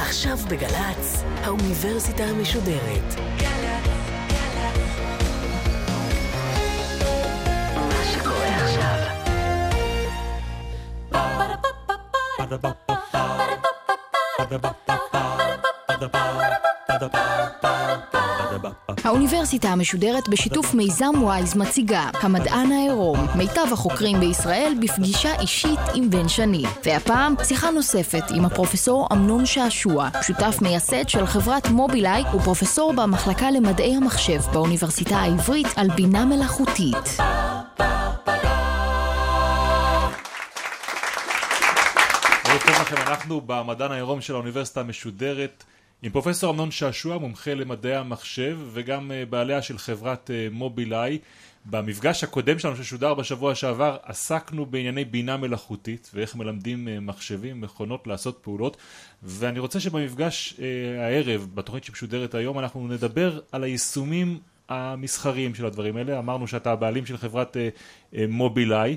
עכשיו בגלץ, האוניברסיטה המשודרת. מה שקורה עכשיו. האוניברסיטה המשודרת בשיתוף מיזם וויז מציגה המדען העירום, מיטב החוקרים בישראל בפגישה אישית עם בן שני. והפעם שיחה נוספת עם הפרופסור אמנון שעשוע, שותף מייסד של חברת מובילאיי ופרופסור במחלקה למדעי המחשב באוניברסיטה העברית על בינה מלאכותית. אנחנו במדען העירום של האוניברסיטה המשודרת עם פרופסור אמנון שעשוע, מומחה למדעי המחשב וגם בעליה של חברת מובילאיי. במפגש הקודם שלנו ששודר בשבוע שעבר עסקנו בענייני בינה מלאכותית ואיך מלמדים מחשבים, מכונות לעשות פעולות, ואני רוצה שבמפגש הערב, בתוכנית שמשודרת היום, אנחנו נדבר על היישומים המסחריים של הדברים האלה. אמרנו שאתה הבעלים של חברת מובילאיי,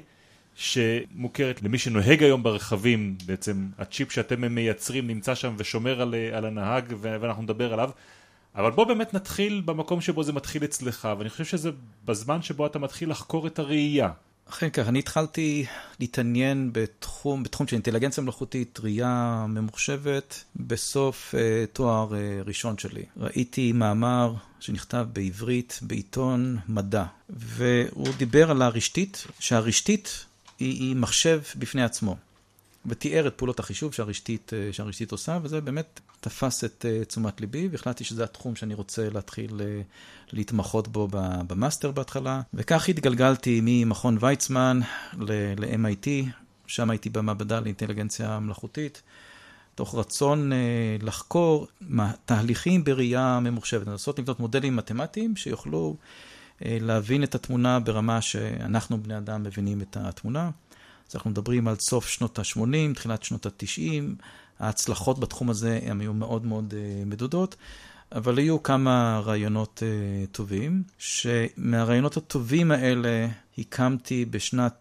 שמוכרת למי שנוהג היום ברכבים. בעצם הצ'יפ שאתם מייצרים נמצא שם ושומר על הנהג, ואנחנו נדבר עליו. אבל בוא באמת נתחיל במקום שבו זה מתחיל אצלך, ואני חושב שזה בזמן שבו אתה מתחיל לחקור את הראייה. אכן כך, אני התחלתי להתעניין בתחום של אינטליגנציה מלאכותית, ראייה ממוחשבת, בסוף תואר ראשון שלי. ראיתי מאמר שנכתב בעברית בעיתון מדע, והוא דיבר על הרשתית, שהרשתית היא מחשב בפני עצמו, ותיאר את פעולות החישוב שהרשתית עושה, וזה באמת תפס את תשומת ליבי, והחלטתי שזה התחום שאני רוצה להתחיל להתמחות בו במאסטר בהתחלה, וכך התגלגלתי ממכון ויצמן ל-MIT, שם הייתי במעבדה לאינטליגנציה מלאכותית, תוך רצון לחקור תהליכים בראייה ממוחשבת, לנסות לבנות מודלים מתמטיים שיוכלו להבין את התמונה ברמה שאנחנו בני אדם מבינים את התמונה. אז אנחנו מדברים על סוף שנות ה-80, תחילת שנות ה-90, ההצלחות בתחום הזה הן היו מאוד מאוד מדודות, אבל היו כמה רעיונות טובים, שמהרעיונות הטובים האלה הקמתי בשנת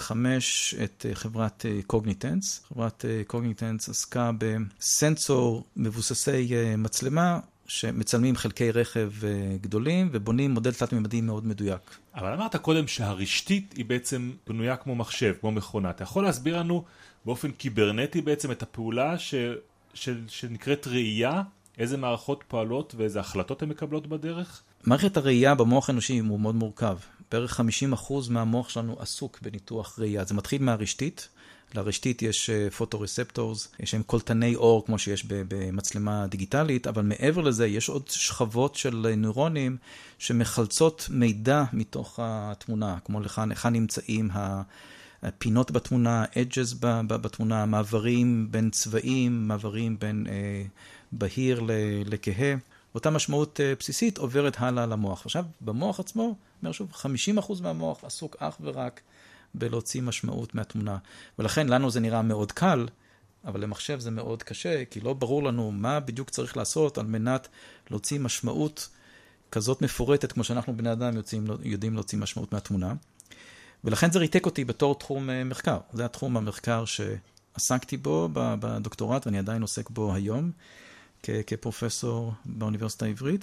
95 את חברת קוגניטנס. חברת קוגניטנס עסקה בסנסור מבוססי מצלמה, שמצלמים חלקי רכב גדולים ובונים מודל תלת-ממדי מאוד מדויק. אבל אמרת קודם שהרשתית היא בעצם בנויה כמו מחשב, כמו מכונה. אתה יכול להסביר לנו באופן קיברנטי בעצם את הפעולה שנקראת ראייה, איזה מערכות פועלות ואיזה החלטות הן מקבלות בדרך? מערכת הראייה במוח האנושי הוא מאוד מורכב. בערך 50% מהמוח שלנו עסוק בניתוח ראייה. זה מתחיל מהרשתית. לרשתית יש פוטורספטורס, יש להם קולטני אור כמו שיש במצלמה דיגיטלית, אבל מעבר לזה יש עוד שכבות של נוירונים שמחלצות מידע מתוך התמונה, כמו היכן נמצאים הפינות בתמונה, edges בתמונה, מעברים בין צבעים, מעברים בין בהיר לכהה. אותה משמעות בסיסית עוברת הלאה למוח. עכשיו, במוח עצמו, אומר שוב, 50% מהמוח עסוק אך ורק בלהוציא משמעות מהתמונה. ולכן לנו זה נראה מאוד קל, אבל למחשב זה מאוד קשה, כי לא ברור לנו מה בדיוק צריך לעשות על מנת להוציא משמעות כזאת מפורטת, כמו שאנחנו בני אדם יודעים להוציא משמעות מהתמונה. ולכן זה ריתק אותי בתור תחום מחקר. זה התחום המחקר שעסקתי בו בדוקטורט, ואני עדיין עוסק בו היום, כפרופסור באוניברסיטה העברית.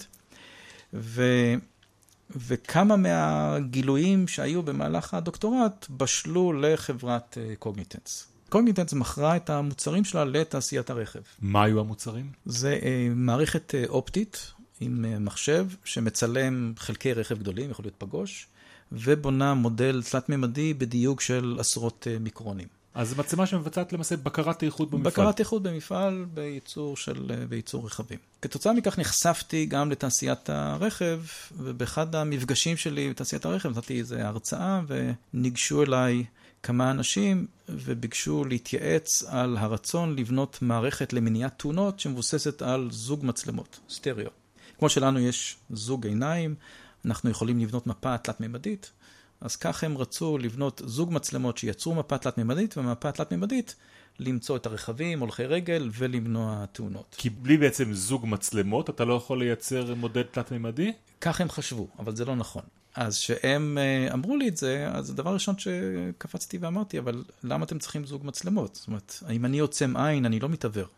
וכמה מהגילויים שהיו במהלך הדוקטורט בשלו לחברת קוגניטנס. קוגניטנס מכרה את המוצרים שלה לתעשיית הרכב. מה היו המוצרים? זה מערכת אופטית עם מחשב שמצלם חלקי רכב גדולים, יכול להיות פגוש, ובונה מודל תלת-ממדי בדיוק של עשרות מיקרונים. אז זו מצלמה שמבצעת למעשה בקרת איכות במפעל. בקרת איכות במפעל בייצור רכבים. כתוצאה מכך נחשפתי גם לתעשיית הרכב, ובאחד המפגשים שלי בתעשיית הרכב נתתי איזו הרצאה, וניגשו אליי כמה אנשים וביקשו להתייעץ על הרצון לבנות מערכת למניעת תאונות שמבוססת על זוג מצלמות, סטריאו. כמו שלנו יש זוג עיניים, אנחנו יכולים לבנות מפה תלת-ממדית, אז כך הם רצו לבנות זוג מצלמות שיצרו מפה תלת-ממדית, ומפה תלת-ממדית למצוא את הרכבים, הולכי רגל ולמנוע תאונות. כי בלי בעצם זוג מצלמות, אתה לא יכול לייצר מודל תלת-ממדי? כך הם חשבו, אבל זה לא נכון. אז שהם אמרו לי את זה, אז הדבר הראשון שקפצתי ואמרתי, אבל למה אתם צריכים זוג מצלמות? זאת אומרת, אם אני עוצם עין, אני לא מתעבר.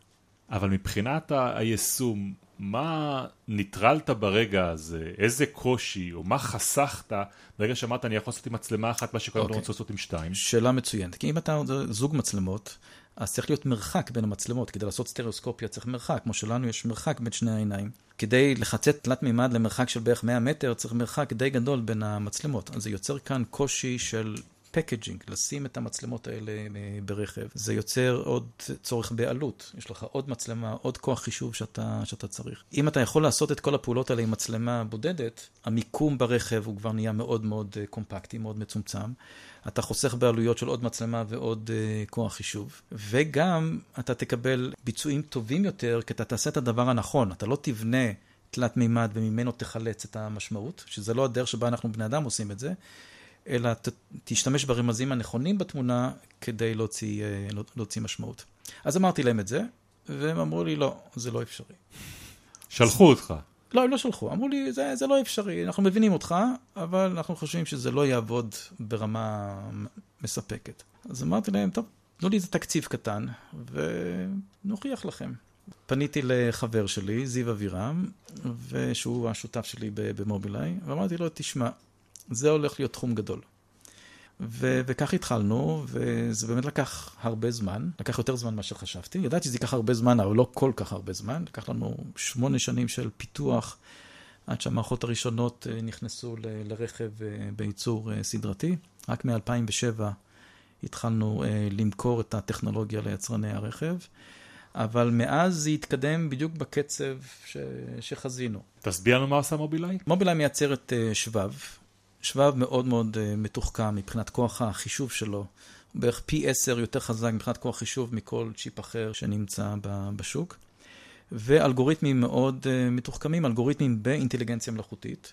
אבל מבחינת היישום, מה ניטרלת ברגע הזה? איזה קושי, או מה חסכת ברגע שאמרת, אני יכול לעשות עם מצלמה אחת, מה שקודם רוצה לעשות עם 2? שאלה מצוינת. כי אם אתה זוג מצלמות, אז צריך להיות מרחק בין המצלמות. כדי לעשות סטריאוסקופיה צריך מרחק. כמו שלנו יש מרחק בין שני העיניים. כדי לחצת תלת מימד למרחק של בערך 100 מטר, צריך מרחק די גדול בין המצלמות. אז זה יוצר כאן קושי של פקג'ינג, לשים את המצלמות האלה ברכב. זה יוצר עוד צורך בעלות. יש לך עוד מצלמה, עוד כוח חישוב שאתה צריך. אם אתה יכול לעשות את כל הפעולות האלה עם מצלמה בודדת, המיקום ברכב הוא כבר נהיה מאוד מאוד קומפקטי, מאוד מצומצם. אתה חוסך בעלויות של עוד מצלמה ועוד כוח חישוב. וגם אתה תקבל ביצועים טובים יותר, כי אתה תעשה את הדבר הנכון. אתה לא תבנה תלת מימד וממנו תחלץ את המשמעות, שזה לא הדרך שבה אנחנו בני אדם עושים את זה, אלא תשתמש ברמזים הנכונים בתמונה כדי להוציא משמעות. אז אמרתי להם את זה, והם אמרו לי, לא, זה לא אפשרי. שלחו אותך. לא, הם לא שלחו. אמרו לי, זה לא אפשרי. אנחנו מבינים אותך, אבל אנחנו חושבים שזה לא יעבוד ברמה מספקת. אז אמרתי להם, טוב, תנו לי איזה תקציב קטן, ונוכיח לכם. פניתי לחבר שלי, זיו אבירם, שהוא השותף שלי במובילאיי, ואמרתי לו, תשמע, זה הולך להיות תחום גדול. וכך התחלנו, וזה באמת לקח הרבה זמן, לקח יותר זמן מה שחשבתי. ידעתי שזה ייקח הרבה זמן, אבל לא כל כך הרבה זמן. לקח לנו 8 שנים של פיתוח, עד שהמערכות הראשונות נכנסו לרכב בייצור סדרתי. רק מ-2007 התחלנו למכור את הטכנולוגיה ליצרני הרכב, אבל מאז זה התקדם בדיוק בקצב שחזינו. תסביר לנו מה עושה מובילאיי? מובילאיי מייצרת שבב. שבב מאוד מאוד מתוחכם מבחינת כוח החישוב שלו, בערך פי 10 יותר חזק מבחינת כוח חישוב מכל צ'יפ אחר שנמצא בשוק, ואלגוריתמים מאוד מתוחכמים, אלגוריתמים באינטליגנציה מלאכותית,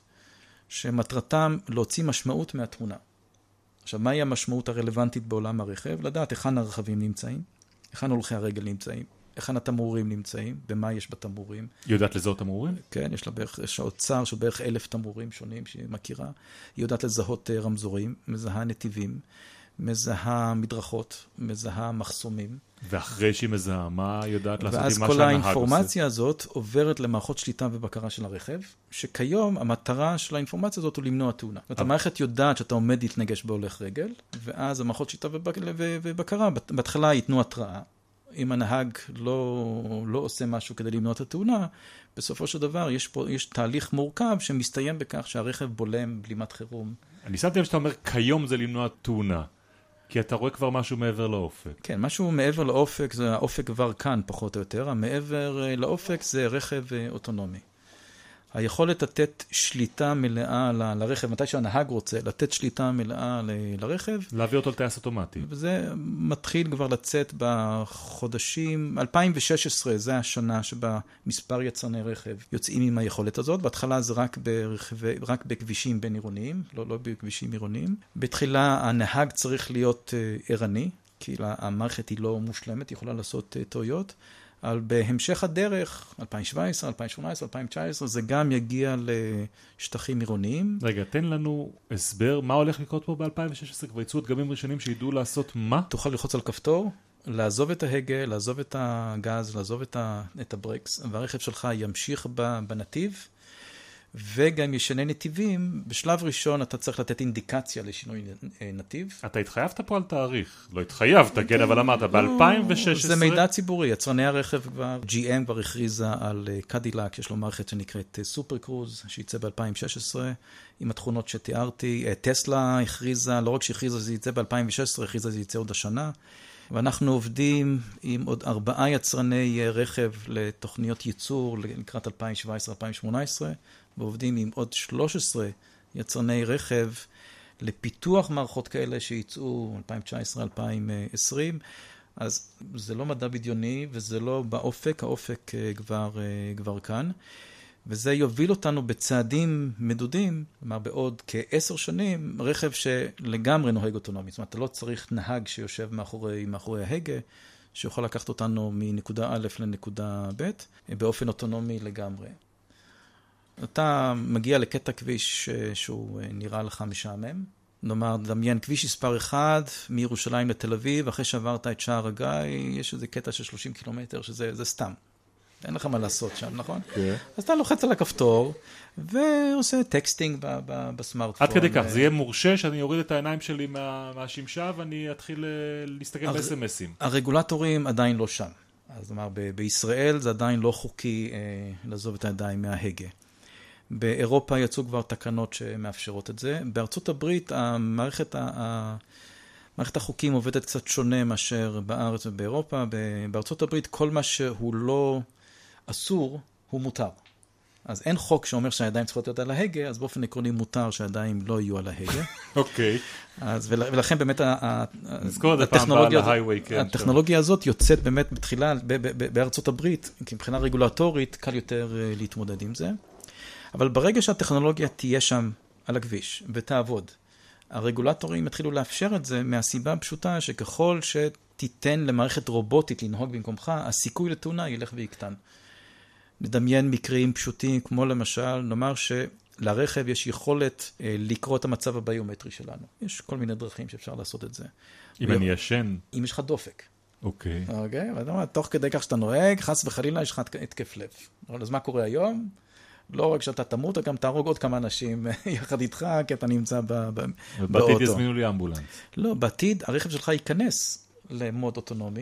שמטרתם להוציא משמעות מהתמונה. עכשיו, מהי המשמעות הרלוונטית בעולם הרכב? לדעת היכן הרכבים נמצאים, היכן הולכי הרגל נמצאים, היכן התמרורים נמצאים, במה יש בתמרורים. היא יודעת לזהות תמרורים? כן, יש לה אוצר של בערך 1,000 תמרורים שונים שהיא מכירה. היא יודעת לזהות רמזורים, מזהה נתיבים, מזהה מדרכות, מזהה מחסומים. ואחרי שהיא מזהה, מה היא יודעת לעשות עם מה ואז שהנהג כל עושה? האינפורמציה הזאת עוברת למערכות שליטה ובקרה של הרכב, שכיום המטרה של האינפורמציה הזאת הוא למנוע תאונה. זאת אומרת, המערכת יודעת שאתה עומד להתנגש בהולך רגל, ואז המערכות שליטה ובקרה בהתחלה ייתנו התראה. אם הנהג לא עושה משהו כדי למנוע את התאונה, בסופו של דבר יש תהליך מורכב שמסתיים בכך שהרכב בולם בלימת חירום. אני שמתי לב שאתה אומר, כיום זה למנוע תאונה, כי אתה רואה כבר משהו מעבר לאופק. כן, משהו מעבר לאופק, זה האופק כבר כאן פחות או יותר, המעבר לאופק זה רכב אוטונומי. היכולת לתת שליטה מלאה לרכב, מתי שהנהג רוצה, לתת שליטה מלאה לרכב. להביא אותו לטייס אוטומטי. וזה מתחיל כבר לצאת בחודשים, 2016 זה השנה שבה מספר יצרני רכב יוצאים עם היכולת הזאת. בהתחלה זה רק בכבישים בין עירוניים, לא בכבישים עירוניים. בתחילה הנהג צריך להיות ערני, כי המערכת היא לא מושלמת, היא יכולה לעשות טעויות. אבל בהמשך הדרך, 2017, 2018, 2019, זה גם יגיע לשטחים עירוניים. רגע, תן לנו הסבר, מה הולך לקרות פה ב-2016? כבר יצאו דגמים ראשונים שידעו לעשות מה? תוכל ללחוץ על כפתור, לעזוב את ההגה, לעזוב את הגז, לעזוב את הברקס, והרכב שלך ימשיך בנתיב, וגם ישנה נתיבים. בשלב ראשון אתה צריך לתת אינדיקציה לשינוי נתיב. אתה התחייבת פה על תאריך. לא התחייבת, כן, אבל אמרת, ב-2016... זה מידע ציבורי. יצרני הרכב כבר, GM כבר הכריזה על קדילק, יש לו מערכת שנקראת סופר קרוז, שיצא ב-2016, עם התכונות שתיארתי. טסלה הכריזה, לא רק שהכריזה זה יצא ב-2016, הכריזה זה יצא עוד השנה. ואנחנו עובדים עם עוד 4 יצרני רכב לתוכניות ייצור לקראת 2017-2018, ועובדים עם עוד 13 יצרני רכב לפיתוח מערכות כאלה שיצאו 2019-2020. אז זה לא מדע בדיוני וזה לא באופק, האופק כבר כאן. וזה יוביל אותנו בצעדים מדודים, כלומר בעוד כ10 שנים, רכב שלגמרי נוהג אוטונומי. זאת אומרת, אתה לא צריך נהג שיושב מאחורי ההגה, שיכול לקחת אותנו מנקודה א' לנקודה ב', באופן אוטונומי לגמרי. אתה מגיע לקטע כביש שהוא נראה לך משעמם. נאמר, דמיין כביש מספר 1 מירושלים לתל אביב, אחרי שעברת את שער הגיא, יש איזה קטע של 30 קילומטר, שזה סתם. אין לך מה לעשות שם, נכון? כן. אז אתה לוחץ על הכפתור, ועושה טקסטינג בסמארטפון. עד כדי כך, זה יהיה מורשה שאני אוריד את העיניים שלי מהשמשה, ואני אתחיל להסתכל ב-SMSים. הרגולטורים עדיין לא שם. אז אומר, בישראל זה עדיין לא חוקי לעזוב את הידיים מההגה. באירופה יצאו כבר תקנות שמאפשרות את זה. בארצות הברית, מערכת החוקים עובדת קצת שונה מאשר בארץ ובאירופה. בארצות הברית, כל מה שהוא לא אסור, הוא מותר. אז אין חוק שאומר שהידיים צריכות להיות על ההגה, אז באופן עקרוני מותר שהידיים לא יהיו על ההגה. אוקיי. ולכן באמת הטכנולוגיה הזאת יוצאת באמת בתחילה בארצות הברית, כי מבחינה רגולטורית קל יותר להתמודד עם זה. אבל ברגע שהטכנולוגיה תהיה שם על הכביש ותעבוד, הרגולטורים התחילו לאפשר את זה מהסיבה הפשוטה שככל שתיתן למערכת רובוטית לנהוג במקומך, הסיכוי לתאונה ילך ויקטן. נדמיין מקרים פשוטים, כמו למשל, נאמר שלרכב יש יכולת לקרוא את המצב הביומטרי שלנו. יש כל מיני דרכים שאפשר לעשות את זה. אם אני ישן. אם יש לך דופק. אוקיי. אוקיי, ואתה אומר, תוך כדי כך שאתה נוהג, חס וחלילה יש לך התקף לב. אז מה קורה היום? לא רק שאתה תמות, אתה גם תהרוג עוד כמה אנשים יחד איתך, כי אתה נמצא באוטו. בעתיד יזמינו לי אמבולנס. לא, בעתיד הרכב שלך ייכנס למוד אוטונומי,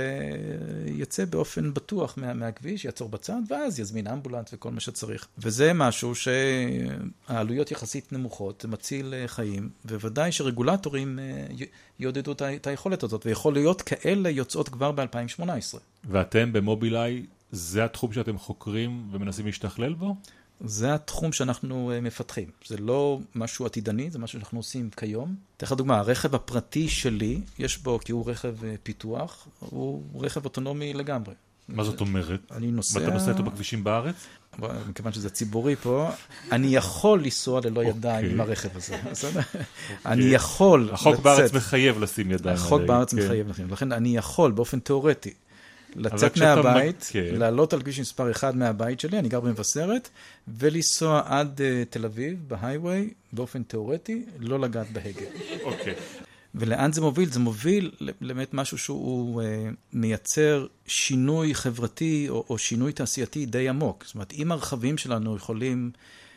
ויצא באופן בטוח מהכביש, יעצור בצד, ואז יזמין אמבולנס וכל מה שצריך. וזה משהו שהעלויות יחסית נמוכות, זה מציל חיים, וודאי שרגולטורים יודדו את היכולת הזאת, ויכול להיות כאלה יוצאות כבר ב-2018. ואתם במובילאיי, זה התחום שאתם חוקרים ומנסים להשתכלל בו? זה התחום שאנחנו מפתחים. זה לא משהו עתידני, זה משהו שאנחנו עושים כיום. תלך לדוגמה, הרכב הפרטי שלי, יש בו, כי הוא רכב פיתוח, הוא רכב אוטונומי לגמרי. מה זאת אומרת? אני נוסע... ואתה נוסע אותו בכבישים בארץ? מכיוון שזה ציבורי פה, אני יכול לנסוע ללא ידיים עם הרכב הזה. אני יכול לצאת... החוק בארץ מחייב לשים ידיים. החוק בארץ מחייב לשים. לכן אני יכול באופן תיאורטי לצאת מהבית, לעלות על כביש מספר 1 מהבית שלי, אני גר במבשרת, ולנסוע עד תל אביב, בהייווי, באופן תיאורטי, לא לגעת בהגה. אוקיי. ולאן זה מוביל? זה מוביל באמת משהו שהוא מייצר שינוי חברתי או שינוי תעשייתי די עמוק. זאת אומרת, אם הרכבים שלנו יכולים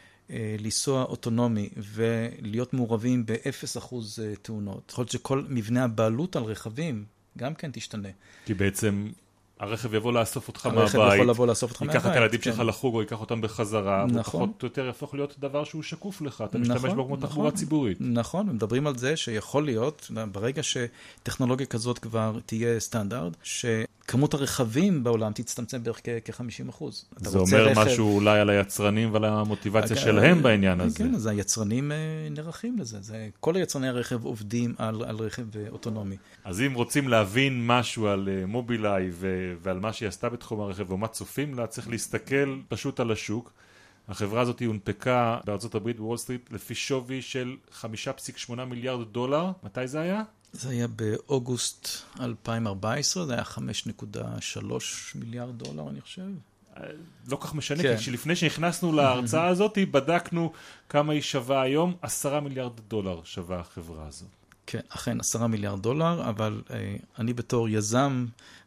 לנסוע אוטונומי ולהיות מעורבים ב-0% תאונות, יכול להיות שכל מבנה הבעלות על רכבים גם כן תשתנה. כי בעצם הרכב יבוא לאסוף אותך מהבית. הרכב יכול לבוא לאסוף אותך מהבית. ייקח את הילדים שלך לחוג או ייקח אותם בחזרה. נכון. ופחות או יותר יהפוך להיות דבר שהוא שקוף לך. אתה משתמש בו כמו תחבורה ציבורית. נכון, מדברים על זה שיכול להיות, ברגע שטכנולוגיה כזאת כבר תהיה סטנדרט, שכמות הרכבים בעולם תצטמצם בערך כ-50%. זה אומר משהו אולי על היצרנים ועל המוטיבציה שלהם בעניין הזה. כן, אז היצרנים נערכים לזה. כל היצרני הרכב עובדים על רכב אוטונומי. אז אם רוצים להבין משהו על מובילאיי ועל מה שהיא עשתה בתחום הרכב ומה צופים לה, צריך להסתכל פשוט על השוק. החברה הזאת הונפקה בארצות הברית בוול סטריט לפי שווי של $5.8 מיליארד. מתי זה היה? זה היה באוגוסט 2014, זה היה $5.3 מיליארד, אני חושב. לא כך משנה, כי שלפני שנכנסנו להרצאה הזאת, בדקנו כמה היא שווה היום, $10 מיליארד שווה החברה הזאת. כן, אכן $10 מיליארד, אבל אני בתור יזם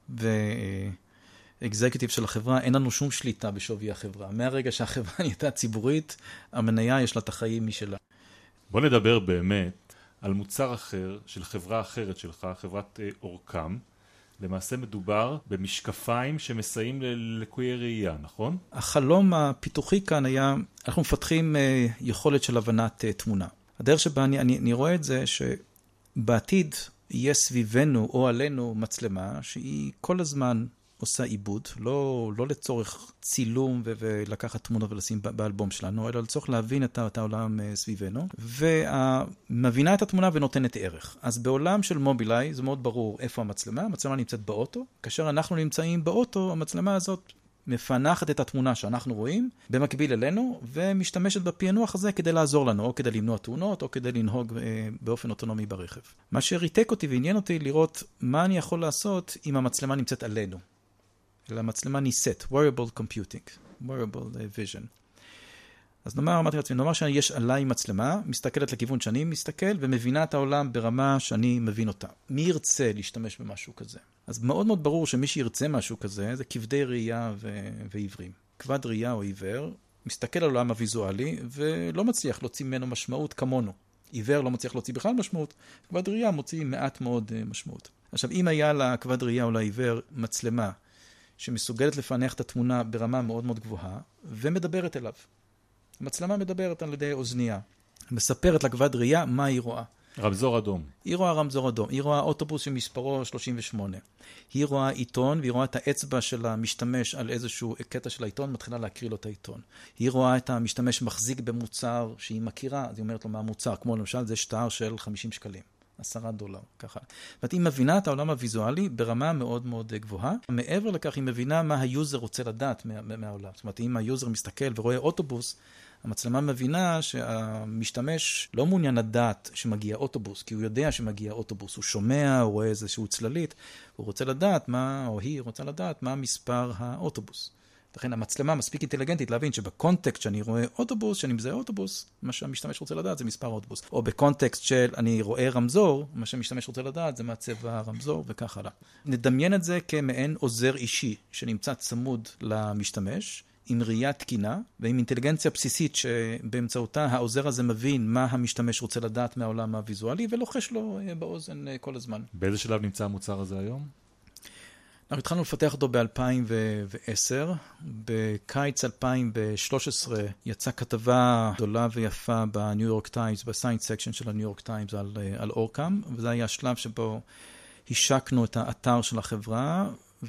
ואקזקוטיב של החברה, אין לנו שום שליטה בשווי החברה. מהרגע שהחברה נהייתה ציבורית, המניה יש לה את החיים משלה. בוא נדבר באמת על מוצר אחר של חברה אחרת שלך, חברת אורקם. למעשה מדובר במשקפיים שמסייעים ללקויי ראייה, נכון? החלום הפיתוחי כאן היה, אנחנו מפתחים יכולת של הבנת תמונה. הדרך שבה אני רואה את זה שבעתיד יהיה סביבנו או עלינו מצלמה שהיא כל הזמן עושה עיבוד, לא לצורך צילום ולקחת תמונות ולשים באלבום שלנו, אלא לצורך להבין את העולם סביבנו, ומבינה את התמונה ונותנת ערך. אז בעולם של מובילאיי זה מאוד ברור איפה המצלמה, המצלמה נמצאת באוטו, כאשר אנחנו נמצאים באוטו, המצלמה הזאת מפנחת את התמונה שאנחנו רואים, במקביל אלינו, ומשתמשת בפענוח הזה כדי לעזור לנו, או כדי למנוע תאונות, או כדי לנהוג באופן אוטונומי ברכב. מה שריתק אותי ועניין אותי לראות מה אני יכול לעשות אם המצלמה נמצאת עלינו. המצלמה ניסית, wearable computing, wearable vision. אז אמרתי לעצמי, נאמר שיש עליי מצלמה, מסתכלת לכיוון שאני מסתכל, ומבינה את העולם ברמה שאני מבין אותה. מי ירצה להשתמש במשהו כזה? אז מאוד מאוד ברור שמי שירצה משהו כזה, זה כבדי ראייה ועיוורים. כבד ראייה או עיוור, מסתכל על העולם הוויזואלי, ולא מצליח להוציא ממנו משמעות כמונו. עיוור לא מצליח להוציא בכלל משמעות, כבד ראייה מוציא מעט מאוד משמעות. עכשיו, אם היה לכבד ראייה או לעיוור מצלמה, שמסוגלת לפענח את התמונה ברמה מאוד מאוד גבוהה, ומדברת אליו. המצלמה מדברת על ידי אוזנייה. מספרת לכבד ראייה מה היא רואה. רמזור אדום. היא רואה רמזור אדום. היא רואה אוטובוס שמספרו 38. היא רואה עיתון, והיא רואה את האצבע של המשתמש על איזשהו קטע של העיתון, מתחילה להקריא לו את העיתון. היא רואה את המשתמש מחזיק במוצר שהיא מכירה, אז היא אומרת לו מה המוצר, כמו למשל זה שטר של 50 שקלים. $10, ככה. זאת היא מבינה את העולם הוויזואלי ברמה מאוד מאוד גבוהה. מעבר לכך, היא מבינה מה היוזר רוצה לדעת מהעולם. זאת אומרת, אם היוזר מסתכל ורואה אוטובוס, המצלמה מבינה שהמשתמש לא מעוניין לדעת שמגיע אוטובוס, כי הוא יודע שמגיע אוטובוס. הוא שומע, הוא רואה איזשהו צללית, הוא רוצה לדעת מה, או היא רוצה לדעת מה מספר האוטובוס. לכן המצלמה מספיק אינטליגנטית להבין שבקונטקסט שאני רואה אוטובוס, שאני מזהה אוטובוס, מה שהמשתמש רוצה לדעת זה מספר אוטובוס. או בקונטקסט של אני רואה רמזור, מה שהמשתמש רוצה לדעת זה מה צבע הרמזור וכך הלאה. נדמיין את זה כמעין עוזר אישי שנמצא צמוד למשתמש, עם ראייה תקינה ועם אינטליגנציה בסיסית שבאמצעותה העוזר הזה מבין מה המשתמש רוצה לדעת מהעולם הוויזואלי ולוחש לו באוזן כל הזמן. באיזה שלב נמצא המוצר הזה היום? אנחנו התחלנו לפתח אותו ב-2010. בקיץ 2013 יצאה כתבה גדולה ויפה בניו יורק טיימס, בסיינס סקשן של הניו יורק טיימס על אורקאם, וזה היה השלב שבו השקנו את האתר של החברה,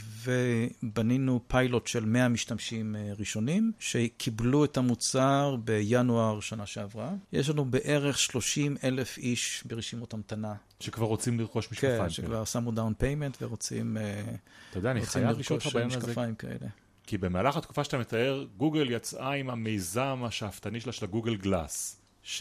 ובנינו פיילוט של 100 משתמשים ראשונים, שקיבלו את המוצר בינואר שנה שעברה. יש לנו בערך 30,000 איש ברשימות המתנה. שכבר רוצים לרכוש משקפיים. כן, שכבר שמו דאון פיימנט ורוצים אתה יודע, אני חייב לשאול אותך בעניין הזה. משקפיים כאלה. כי במהלך התקופה שאתה מתאר, גוגל יצאה עם המיזם השאפתני שלה של הגוגל גלאס,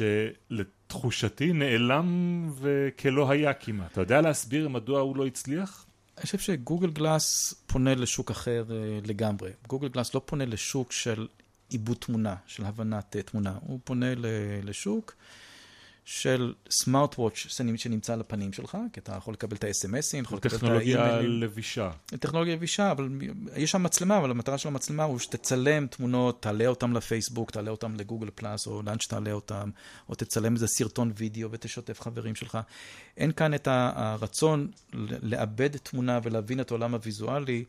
שלתחושתי נעלם וכלא היה כמעט. אתה יודע להסביר מדוע הוא לא הצליח? אני חושב שגוגל גלאס פונה לשוק אחר לגמרי. גוגל גלאס לא פונה לשוק של עיבוד תמונה, של הבנת תמונה. הוא פונה לשוק של סמארט-וואץ' שנמצא על הפנים שלך, כי אתה יכול לקבל את ה-SMSים, יכול לקבל את האימיילים. טכנולוגיה לבישה. טכנולוגיה לבישה, אבל יש שם מצלמה, אבל המטרה של המצלמה הוא שתצלם תמונות, תעלה אותם לפייסבוק, תעלה אותם לגוגל פלאס, או לאן שתעלה אותם, או תצלם איזה סרטון וידאו ותשתף חברים שלך. אין כאן את הרצון לאבד תמונה ולהבין את העולם הוויזואלי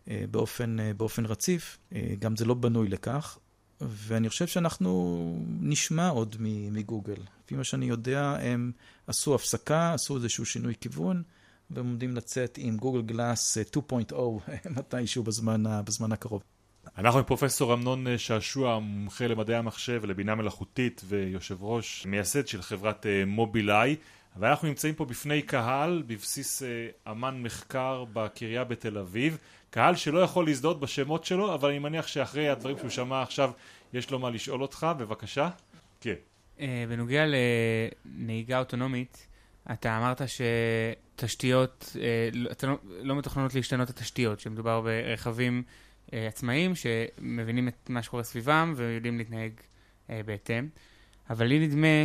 באופן רציף. גם זה לא בנוי לכך. ואני חושב שאנחנו נשמע עוד מגוגל. לפי מה שאני יודע, הם עשו הפסקה, עשו איזשהו שינוי כיוון, והם עומדים לצאת עם גוגל גלאס 2.0 מתישהו בזמן הקרוב. אנחנו עם פרופסור אמנון שעשוע, מומחה למדעי המחשב ולבינה מלאכותית ויושב ראש מייסד של חברת מובילאיי, ואנחנו נמצאים פה בפני קהל בבסיס אמן מחקר בקריה בתל אביב, קהל שלא יכול להזדהות בשמות שלו, אבל אני מניח שאחרי הדברים שהוא שמע עכשיו יש לו מה לשאול אותך, בבקשה. כן. בנוגע לנהיגה אוטונומית, אתה אמרת שתשתיות, לא מתוכננות להשתנות התשתיות, שמדובר ברכבים עצמאיים שמבינים את מה שקורה סביבם ויודעים להתנהג בהתאם. אבל לי נדמה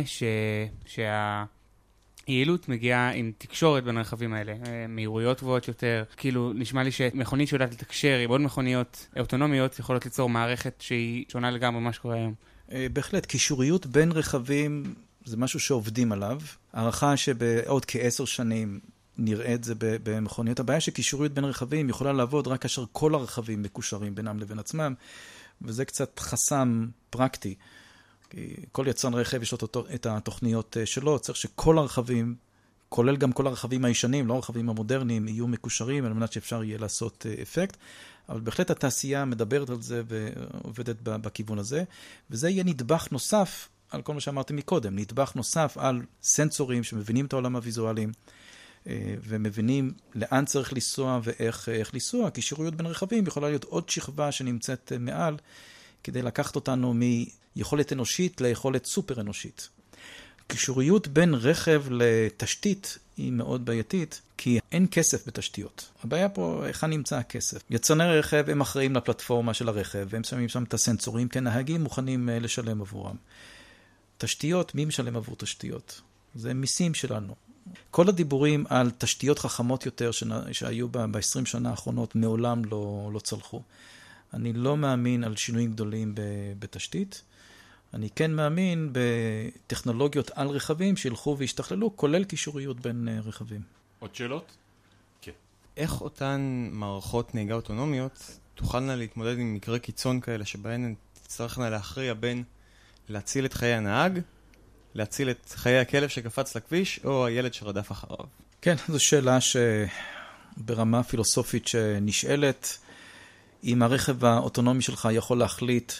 היעילות מגיעה עם תקשורת בין הרכבים האלה, מהירויות גבוהות יותר, כאילו נשמע לי שמכונית שיודעת לתקשר עם עוד מכוניות אוטונומיות יכולות ליצור מערכת שהיא שונה לגמרי ממה שקורה היום. בהחלט, קישוריות בין רכבים זה משהו שעובדים עליו. הערכה שבעוד כ10 שנים נראה את זה במכוניות. הבעיה שקישוריות בין רכבים יכולה לעבוד רק כאשר כל הרכבים מקושרים בינם לבין עצמם, וזה קצת חסם פרקטי. כל יצרן רכב יש לו את התוכניות שלו, צריך שכל הרכבים, כולל גם כל הרכבים הישנים, לא הרכבים המודרניים, יהיו מקושרים, על מנת שאפשר יהיה לעשות אפקט, אבל בהחלט התעשייה מדברת על זה ועובדת בכיוון הזה, וזה יהיה נדבך נוסף על כל מה שאמרתי מקודם, נדבך נוסף על סנסורים שמבינים את העולם הוויזואליים, ומבינים לאן צריך לנסוע ואיך לנסוע. קישוריות בין רכבים יכולה להיות עוד שכבה שנמצאת מעל, כדי לקחת אותנו מיכולת אנושית ליכולת סופר אנושית. קישוריות בין רכב לתשתית היא מאוד בעייתית, כי אין כסף בתשתיות. הבעיה פה, איך נמצא הכסף? יצרני רכב הם אחראים לפלטפורמה של הרכב, והם שמים שם את הסנסורים, כי הנהגים מוכנים לשלם עבורם. תשתיות, מי משלם עבור תשתיות? זה מיסים שלנו. כל הדיבורים על תשתיות חכמות יותר שהיו ב-20 שנה האחרונות מעולם לא צלחו. אני לא מאמין על שינויים גדולים בתשתית. אני כן מאמין בטכנולוגיות על רכבים שילכו והשתכללו, כולל קישוריות בין רכבים. עוד שאלות? כן. איך אותן מערכות נהיגה אוטונומיות תוכלנה להתמודד עם מקרי קיצון כאלה שבהן תצטרכנה להכריע בין להציל את חיי הנהג, להציל את חיי הכלב שקפץ לכביש, או הילד שרדף אחריו? כן, זו שאלה שברמה פילוסופית שנשאלת, אם הרכב האוטונומי שלך יכול להחליט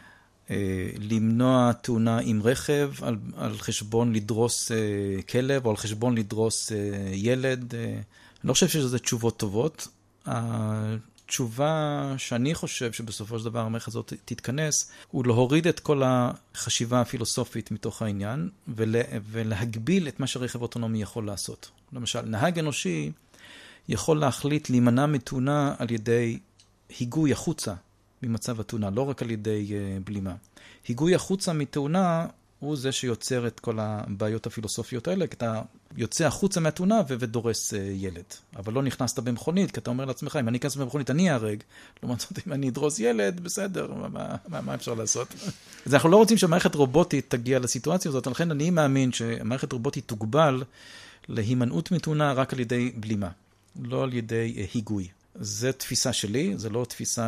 למנוע תאונה עם רכב על חשבון לדרוס כלב או על חשבון לדרוס ילד, אני לא חושב שזה תשובות טובות. התשובה שאני חושב שבסופו של דבר המערכת הזאת תתכנס, הוא להוריד את כל החשיבה הפילוסופית מתוך העניין, ולהגביל את מה שרכב אוטונומי יכול לעשות. למשל, נהג אנושי יכול להחליט להימנע מתאונה על ידי היגוי החוצה ממצב התאונה, לא רק על ידי בלימה. היגוי החוצה מתאונה הוא זה שיוצר את כל הבעיות הפילוסופיות האלה, כי אתה יוצא החוצה מהתאונה ודורס ילד. אבל לא נכנסת במכונית, כי אתה אומר לעצמך, אם אני אכנס במכונית, אני אהרג. לעומת זאת, אם אני אדרוס ילד, בסדר, מה אפשר לעשות? אז אנחנו לא רוצים שהמערכת רובוטית תגיע לסיטואציה הזאת, לכן אני מאמין שהמערכת רובוטית תוגבל להימנעות מתאונה רק על ידי בלימה, לא על ידי היגוי. זו תפיסה שלי, זו לא תפיסה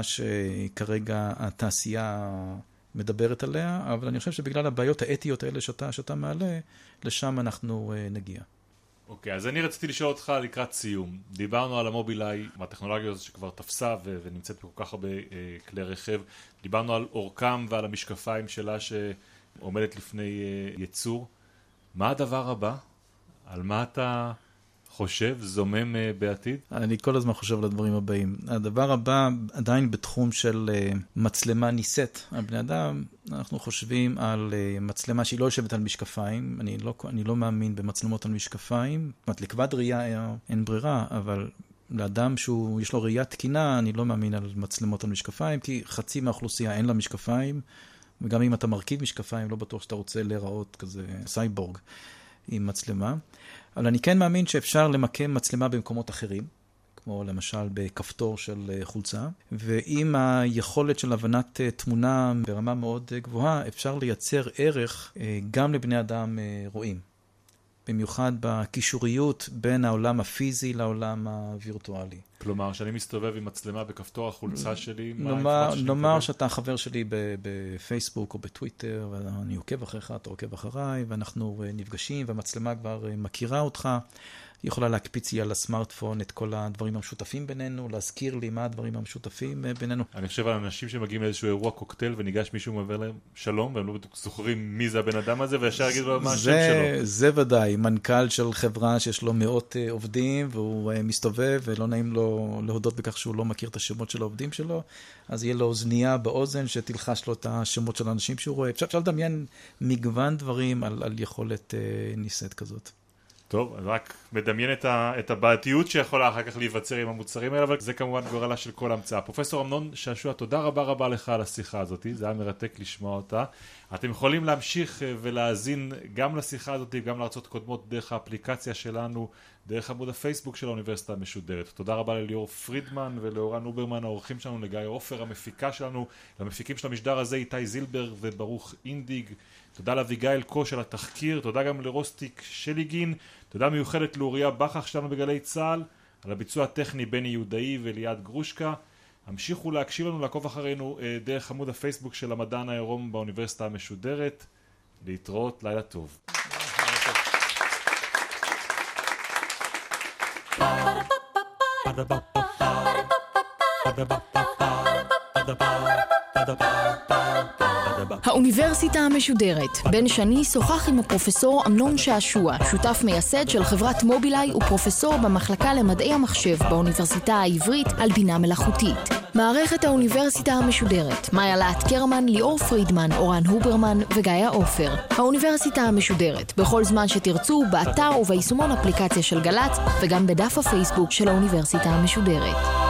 שכרגע התעשייה מדברת עליה, אבל אני חושב שבגלל הבעיות האתיות האלה שאתה מעלה, לשם אנחנו נגיע. אוקיי, אז אני רציתי לשאול אותך לקראת סיום. דיברנו על המובילאיי, מהטכנולוגיה הזאת שכבר תפסה ונמצאת בכל כך הרבה כלי רכב. דיברנו על אורכם ועל המשקפיים שלה שעומדת לפני ייצור. מה הדבר הבא? על מה אתה חושב, זומם בעתיד? אני כל הזמן חושב על הדברים הבאים. הדבר הבא עדיין בתחום של מצלמה ניסית על בני אדם. אנחנו חושבים על מצלמה שהיא לא יושבת על משקפיים. אני לא מאמין במצלמות על משקפיים. זאת אומרת, לכבד ראייה אין ברירה, אבל לאדם שיש לו ראייה תקינה, אני לא מאמין על מצלמות על משקפיים, כי חצי מהאוכלוסייה אין לה משקפיים, וגם אם אתה מרכיב משקפיים, לא בטוח שאתה רוצה להיראות כזה סייבורג עם מצלמה. אבל אני כן מאמין שאפשר למקם מצלמה במקומות אחרים, כמו למשל בכפתור של חולצה, ועם היכולת של הבנת תמונה ברמה מאוד גבוהה, אפשר לייצר ערך גם לבני אדם רואים. במיוחד בקישוריות בין העולם הפיזי לעולם הווירטואלי. כלומר, שאני מסתובב עם מצלמה בכפתור החולצה שלי, נאמר שאתה חבר שלי בפייסבוק או בטוויטר, ואני עוקב אחריך, אתה עוקב אחריי, ואנחנו נפגשים, והמצלמה כבר מכירה אותך, היא יכולה להקפיץ לי על הסמארטפון את כל הדברים המשותפים בינינו, להזכיר לי מה הדברים המשותפים בינינו. אני חושב על אנשים שמגיעים לאיזשהו אירוע קוקטייל, וניגש מישהו מעבר להם שלום, והם לא זוכרים מי זה הבן אדם הזה, וישר יגידו לו מה השם שלו. זה ודאי, מנכ"ל של חברה שיש לו מאות עובדים, והוא מסתובב, ולא נעים לו להודות בכך שהוא לא מכיר את השמות של העובדים שלו, אז יהיה לו אוזנייה באוזן שתלחש לו את השמות של האנשים שהוא רואה. אפשר לדמיין מגוון דברים על יכולת ניסית כזאת. טוב, אז רק מדמיין את הבעייתיות שיכולה אחר כך להיווצר עם המוצרים האלה, אבל זה כמובן גורלה של כל המצאה. פרופסור אמנון שעשוע, תודה רבה לך על השיחה הזאת, זה היה מרתק לשמוע אותה. אתם יכולים להמשיך ולהאזין גם לשיחה הזאת, גם לארצות קודמות דרך האפליקציה שלנו, דרך עמוד הפייסבוק של האוניברסיטה המשודרת. תודה רבה לליאור פרידמן ולאורן אוברמן, האורחים שלנו, לגיא עופר, המפיקה שלנו, למפיקים של המשדר הזה, איתי זילברג וברוך אינדיג. תודה לאביגיל קוש על התחקיר, תודה גם לרוסטיק שליגין, תודה מיוחדת לאוריה בחך שלנו בגלי צהל, על הביצוע הטכני בני יהודאי וליעד גרושקה. המשיכו להקשיב לנו, לעקוב אחרינו דרך עמוד הפייסבוק של המדען העירום באוניברסיטה המשודרת. להתראות, לילה טוב. האוניברסיטה המשודרת. בן שני שוחח עם הפרופסור אמנון שעשוע, שותף מייסד של חברת מובילאיי ופרופסור במחלקה למדעי המחשב באוניברסיטה העברית על בינה מלאכותית. מערכת האוניברסיטה המשודרת, מאיה להט קרמן, ליאור פרידמן, אורן הוברמן וגיא עופר. האוניברסיטה המשודרת, בכל זמן שתרצו, באתר וביישומון אפליקציה של גל"צ, וגם בדף הפייסבוק של האוניברסיטה המשודרת.